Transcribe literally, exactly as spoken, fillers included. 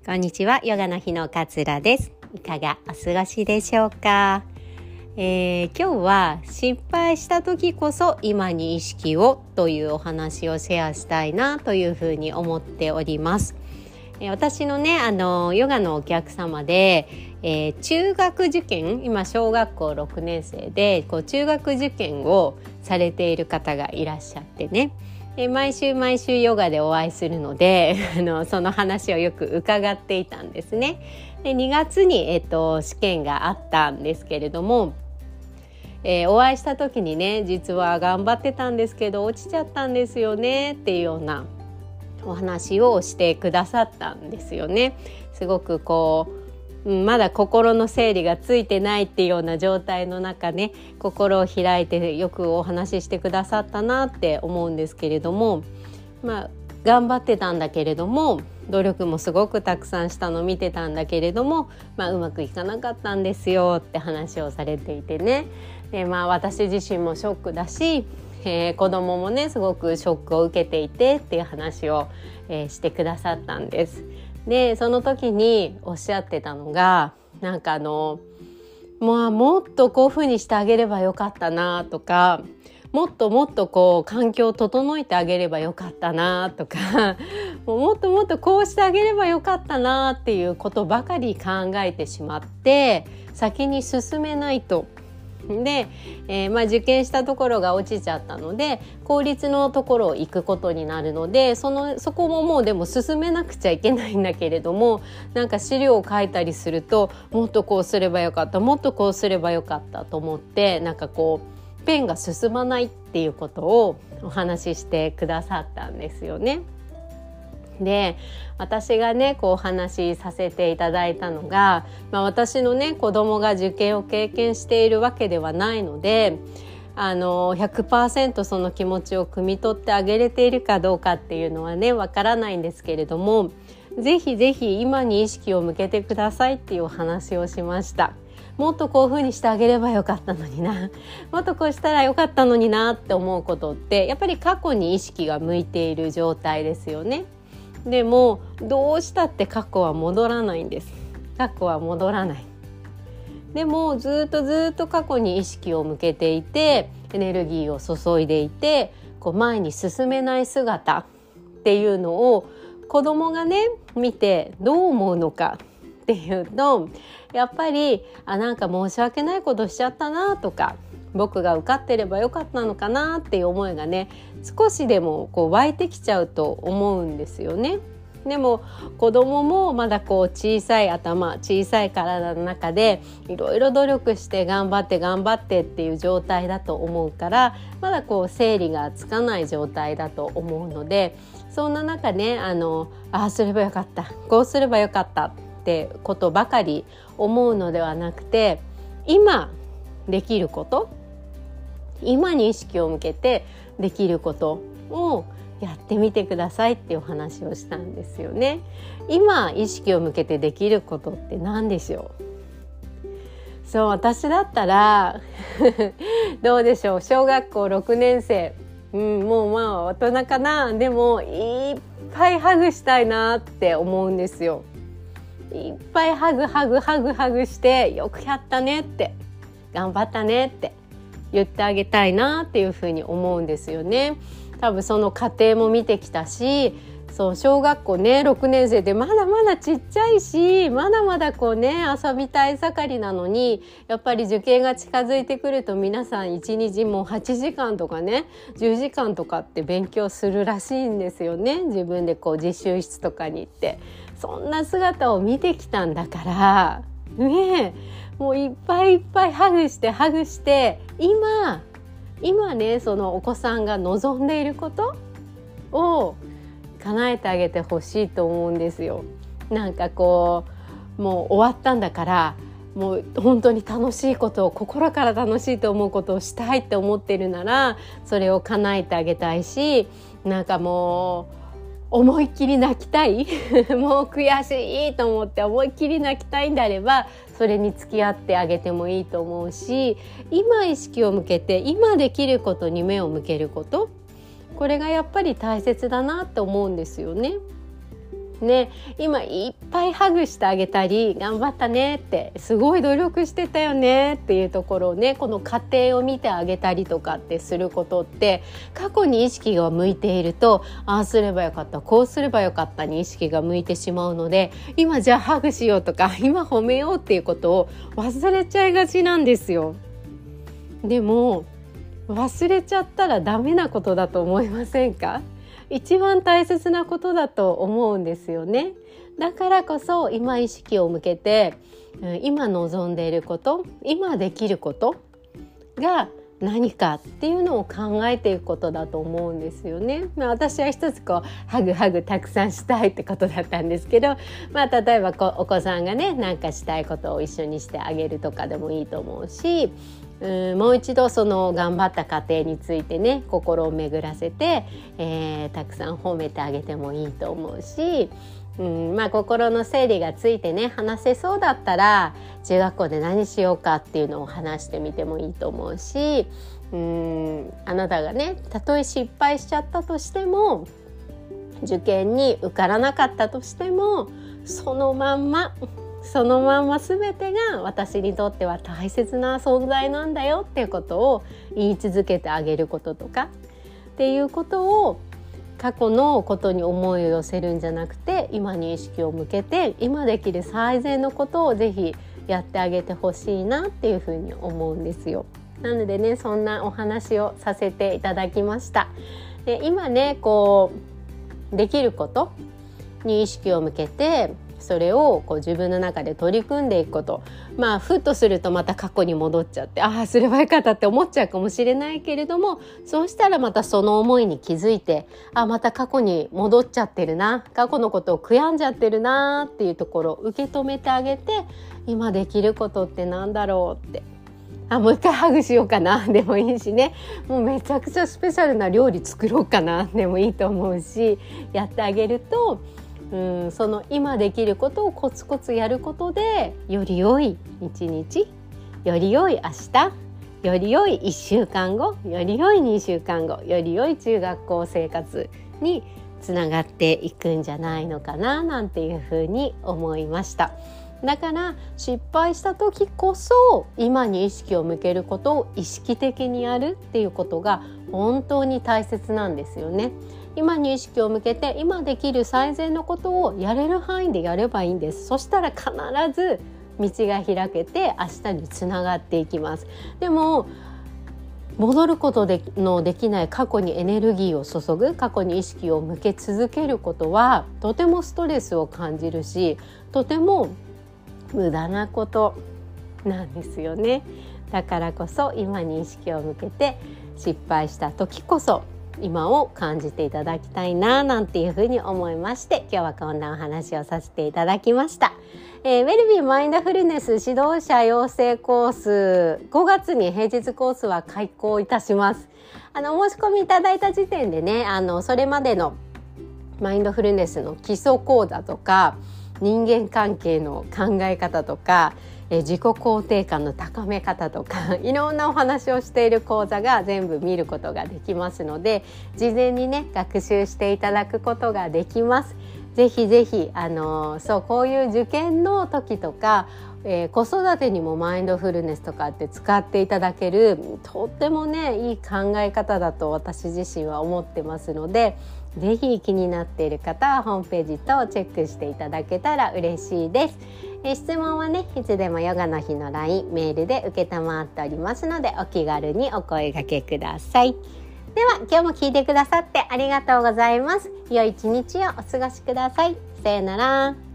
こんにちは、ヨガの日の桂です。いかがお過ごしでしょうか。えー、今日は失敗した時こそ今に意識をというお話をシェアしたいなというふうに思っております。えー、私のねあのヨガのお客様で、えー、中学受験、今小学校ろくねん生でこう中学受験をされている方がいらっしゃってね、え毎週毎週ヨガでお会いするのであのその話をよく伺っていたんですね。でにがつに、えっと、試験があったんですけれども、えー、お会いした時にね、実は頑張ってたんですけど落ちちゃったんですよねっていうようなお話をしてくださったんですよね。すごくこうまだ心の整理がついてないっていうような状態の中ね、心を開いてよくお話ししてくださったなって思うんですけれども、まあ頑張ってたんだけれども、努力もすごくたくさんしたの見てたんだけれども、まあ、うまくいかなかったんですよって話をされていてね。で、まあ、私自身もショックだし、えー、子供もねすごくショックを受けていてっていう話を、えー、してくださったんです。でその時におっしゃってたのが、なんかあのもうもっとこういう風にしてあげればよかったなとか、もっともっとこう環境を整えてあげればよかったなとかもうもっともっとこうしてあげればよかったなっていうことばかり考えてしまって先に進めないと。で、えーまあ、受験したところが落ちちゃったので公立のところを行くことになるので、そのそこももうでも進めなくちゃいけないんだけれども、なんか資料を書いたりするともっとこうすればよかった、もっとこうすればよかったと思って、なんかこうペンが進まないっていうことをお話ししてくださったんですよね。で私がねこうお話しさせていただいたのが、まあ、私のね子供が受験を経験しているわけではないので、あの ひゃくパーセント その気持ちを汲み取ってあげれているかどうかっていうのはねわからないんですけれども、ぜひぜひ今に意識を向けてくださいっていうお話をしました。もっとこういう風にしてあげればよかったのにな、もっとこうしたらよかったのになって思うことってやっぱり過去に意識が向いている状態ですよね。でもどうしたって過去は戻らないんです。過去は戻らない。でもずっとずっと過去に意識を向けていてエネルギーを注いでいて、こう前に進めない姿っていうのを子供がね見てどう思うのかっていうと、やっぱりあなんか申し訳ないことしちゃったなとか、僕が受かってればよかったのかなっていう思いがね少しでもこう湧いてきちゃうと思うんですよね。でも子供もまだこう小さい頭、小さい体の中でいろいろ努力して頑張って頑張ってっていう状態だと思うから、まだこう整理がつかない状態だと思うので、そんな中ねあのああすればよかった、こうすればよかったってことばかり思うのではなくて、今できること、今に意識を向けてできることをやってみてくださいっていうお話をしたんですよね。今意識を向けてできることって何でしょう。そう、私だったらどうでしょう、小学校ろくねん生、うん、もうまあ大人かな。でもいっぱいハグしたいなって思うんですよ。いっぱいハグハグハグハグしてよくやったねって、頑張ったねって言ってあげたいなっていうふうに思うんですよね。多分その過程も見てきたし、そう小学校ねろくねん生でまだまだちっちゃいし、まだまだこうね遊びたい盛りなのに、やっぱり受験が近づいてくると皆さんいちにちもうはちじかんとかねじゅうじかんとかって勉強するらしいんですよね。自分でこう実習室とかに行って、そんな姿を見てきたんだからねえ、もういっぱいいっぱいハグしてハグして今今ねそのお子さんが望んでいることを叶えてあげてほしいと思うんですよ。なんかこうもう終わったんだから、もう本当に楽しいことを、心から楽しいと思うことをしたいって思ってるならそれを叶えてあげたいし、なんかもう思いっきり泣きたいもう悔しいと思って思いっきり泣きたいんであればそれに付き合ってあげてもいいと思うし、今意識を向けて今できることに目を向けること、これがやっぱり大切だなって思うんですよね。 ね、今いっぱいハグしてあげたり、頑張ったねって、すごい努力してたよねっていうところをね、この過程を見てあげたりとかってすることって、過去に意識が向いていると、ああすればよかった、こうすればよかったに意識が向いてしまうので、今じゃあハグしようとか、今褒めようっていうことを忘れちゃいがちなんですよ。でも忘れちゃったらダメなことだと思いませんか？一番大切なことだと思うんですよね。だからこそ今意識を向けて、今望んでいること、今できることが何かっていうのを考えていくことだと思うんですよね。まあ、私は一つこうハグハグたくさんしたいってことだったんですけど、まあ、例えばこうお子さんがね、なんかしたいことを一緒にしてあげるとかでもいいと思うし、うん、もう一度その頑張った過程についてね、心を巡らせて、えー、たくさん褒めてあげてもいいと思うし、うんまあ、心の整理がついてね、話せそうだったら中学校で何しようかっていうのを話してみてもいいと思うし、うんあなたがね、たとえ失敗しちゃったとしても、受験に受からなかったとしても、そのまんまそのまんま全てが私にとっては大切な存在なんだよっていうことを言い続けてあげることとかっていうことを、過去のことに思いを寄せるんじゃなくて、今に意識を向けて、今できる最善のことをぜひやってあげてほしいなっていうふうに思うんですよ。なのでね、そんなお話をさせていただきました。で今ね、こうできることに意識を向けて、それをこう自分の中で取り組んでいくこと、まあふっとするとまた過去に戻っちゃって、ああすればよかったって思っちゃうかもしれないけれども、そうしたらまたその思いに気づいて、あまた過去に戻っちゃってるな、過去のことを悔やんじゃってるなっていうところを受け止めてあげて、今できることってなんだろうって、あもう一回ハグしようかなでもいいしね、もうめちゃくちゃスペシャルな料理作ろうかなでもいいと思うし、やってあげると、うんその今できることをコツコツやることで、より良い一日、より良い明日、より良いいっしゅうかんご、より良いにしゅうかんご、より良い中学校生活につながっていくんじゃないのかななんていうふうに思いました。だから失敗した時こそ今に意識を向けることを意識的にやるっていうことが本当に大切なんですよね。今に意識を向けて、今できる最善のことをやれる範囲でやればいいんです。そしたら必ず道が開けて明日につながっていきます。でも戻ることでのできない過去にエネルギーを注ぐ、過去に意識を向け続けることはとてもストレスを感じるし、とても無駄なことなんですよね。だからこそ今に意識を向けて、失敗した時こそ今を感じていただきたいななんていうふうに思いまして、今日はこんなお話をさせていただきました。えー、ウェルビーマインドフルネス指導者養成コース、ごがつに平日コースは開講いたします。あの申し込みいただいた時点でね、あのそれまでのマインドフルネスの基礎講座とか、人間関係の考え方とか、え自己肯定感の高め方とか、いろんなお話をしている講座が全部見ることができますので、事前にね学習していただくことができます。ぜひぜひあのそうこういう受験の時とか、えー、子育てにもマインドフルネスとかって使っていただける、とってもねいい考え方だと私自身は思ってますので、ぜひ気になっている方はホームページとチェックしていただけたら嬉しいです。え質問はね、いつでもヨガの日の ライン、メールで受けたまっておりますので、お気軽にお声掛けください。では今日も聞いてくださってありがとうございます。良い一日をお過ごしください。さよなら。